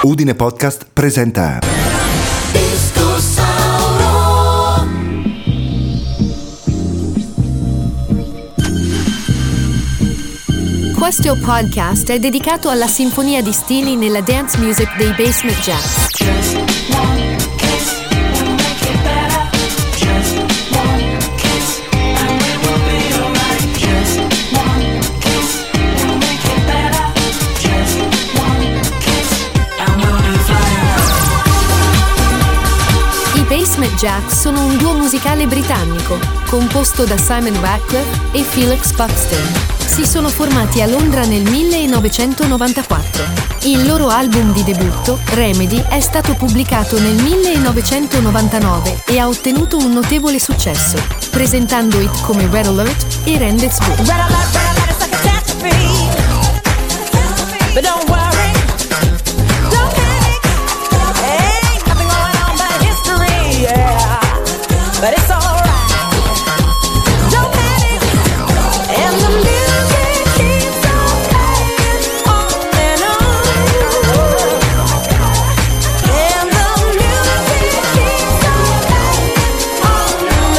Udine Podcast presenta Questo podcast è dedicato alla sinfonia di stili nella dance music dei Basement Jaxx. I Basement Jaxx sono un duo musicale britannico, composto da Simon Ratcliffe e Felix Buxton. Si sono formati a Londra nel 1994. Il loro album di debutto, Remedy, è stato pubblicato nel 1999 e ha ottenuto un notevole successo, presentando hit come Red Alert e Rend It's Blue. Red alert is a catastrophe. But don't worry, don't panic. Ain't nothing going on but history, yeah. But it's alright. Don't panic. And the music keeps on playing on and on. And the music keeps on playing on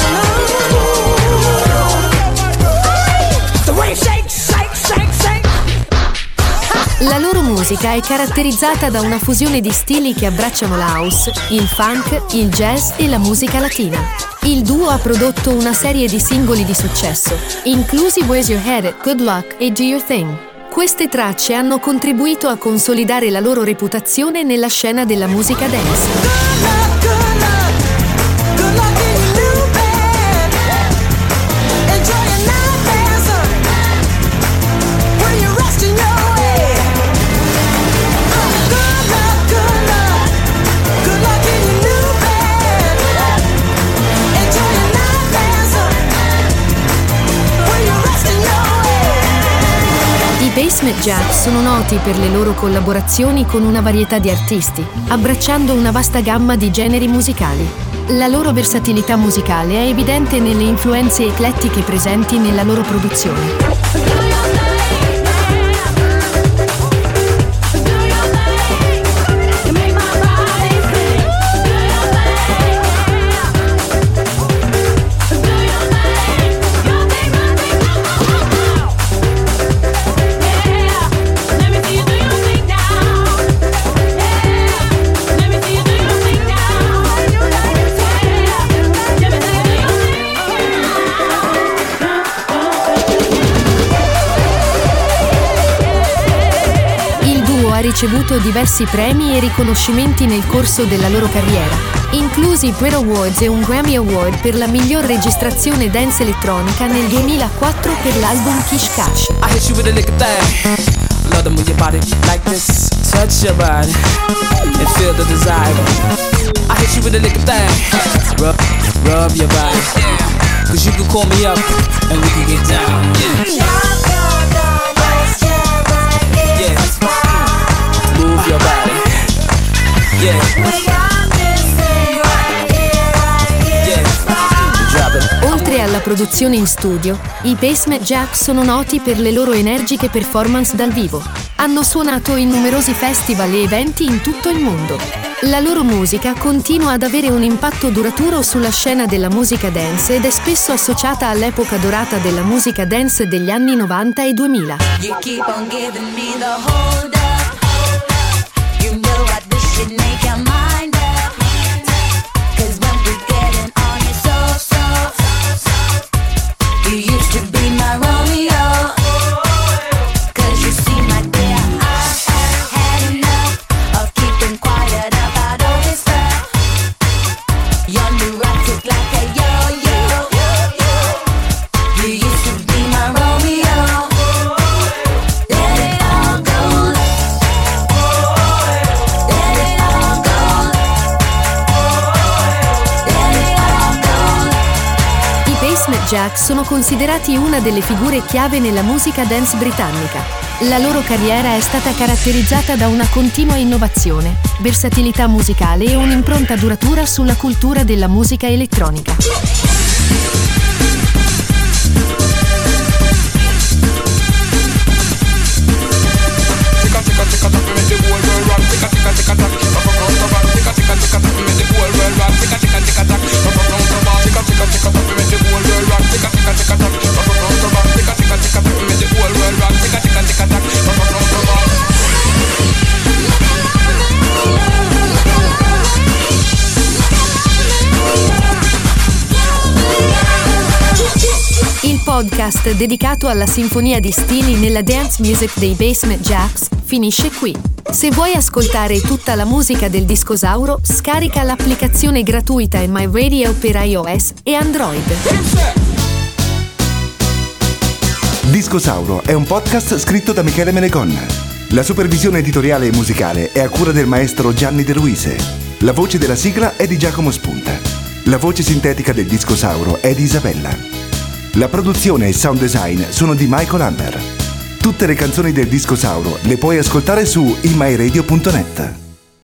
and on. The way you shake, shake, shake, shake. La loro musica è caratterizzata da una fusione di stili che abbracciano la house, il funk, il jazz e la musica latina. Il duo ha prodotto una serie di singoli di successo, inclusi Where's Your Head, Good Luck e Do Your Thing. Queste tracce hanno contribuito a consolidare la loro reputazione nella scena della musica dance. Good luck in your new bed. Enjoy your night dancer when you're resting your head. Good luck in your new bed. Enjoy your night dancer when you're resting your head. I Basement Jaxx sono noti per le loro collaborazioni con una varietà di artisti, abbracciando una vasta gamma di generi musicali. La loro versatilità musicale è evidente nelle influenze eclettiche presenti nella loro produzione. Ha ricevuto diversi premi e riconoscimenti nel corso della loro carriera, inclusi Brit Awards e un Grammy Award per la miglior registrazione dance elettronica nel 2004 per l'album Kish Kash. I hit you with a lick of thing. Love to move your body like this. Touch your body and feel the desire. I hit you with a lick of thing. Rub your body. Cause you can call me up and we can get down. Yeah. Move your body. Yeah. Drop it. Oltre alla produzione in studio, i Basement Jaxx sono noti per le loro energiche performance dal vivo. Hanno suonato in numerosi festival e eventi in tutto il mondo. La loro musica continua ad avere un impatto duraturo sulla scena della musica dance ed è spesso associata all'epoca dorata della musica dance degli anni 90 e 2000. You keep on giving me the hold up. You know what this should make your mind up. Cause when we getting on your so you used to be my Romeo. Cause you see my dear, I had enough of keeping quiet about all this stuff. You're neurotic like a yo-yo. You used to be my Romeo. Let it all go. Let it all go. Let it all go. I Basement Jaxx sono considerati una delle figure chiave nella musica dance britannica. La loro carriera è stata caratterizzata da una continua innovazione, versatilità musicale e un'impronta duratura sulla cultura della musica elettronica. Take a Il podcast dedicato alla sinfonia di stili nella dance music dei Basement Jaxx finisce qui. Se vuoi ascoltare tutta la musica del Discosauro, scarica l'applicazione gratuita in My Radio per iOS e Android. Discosauro è un podcast scritto da Michele Menegonna. La supervisione editoriale e musicale è a cura del maestro Gianni De Luise. La voce della sigla è di Giacomo Spunta. La voce sintetica del Discosauro è di Isabella. La produzione e il sound design sono di Michael Amber. Tutte le canzoni del Discosauro le puoi ascoltare su imyradio.net.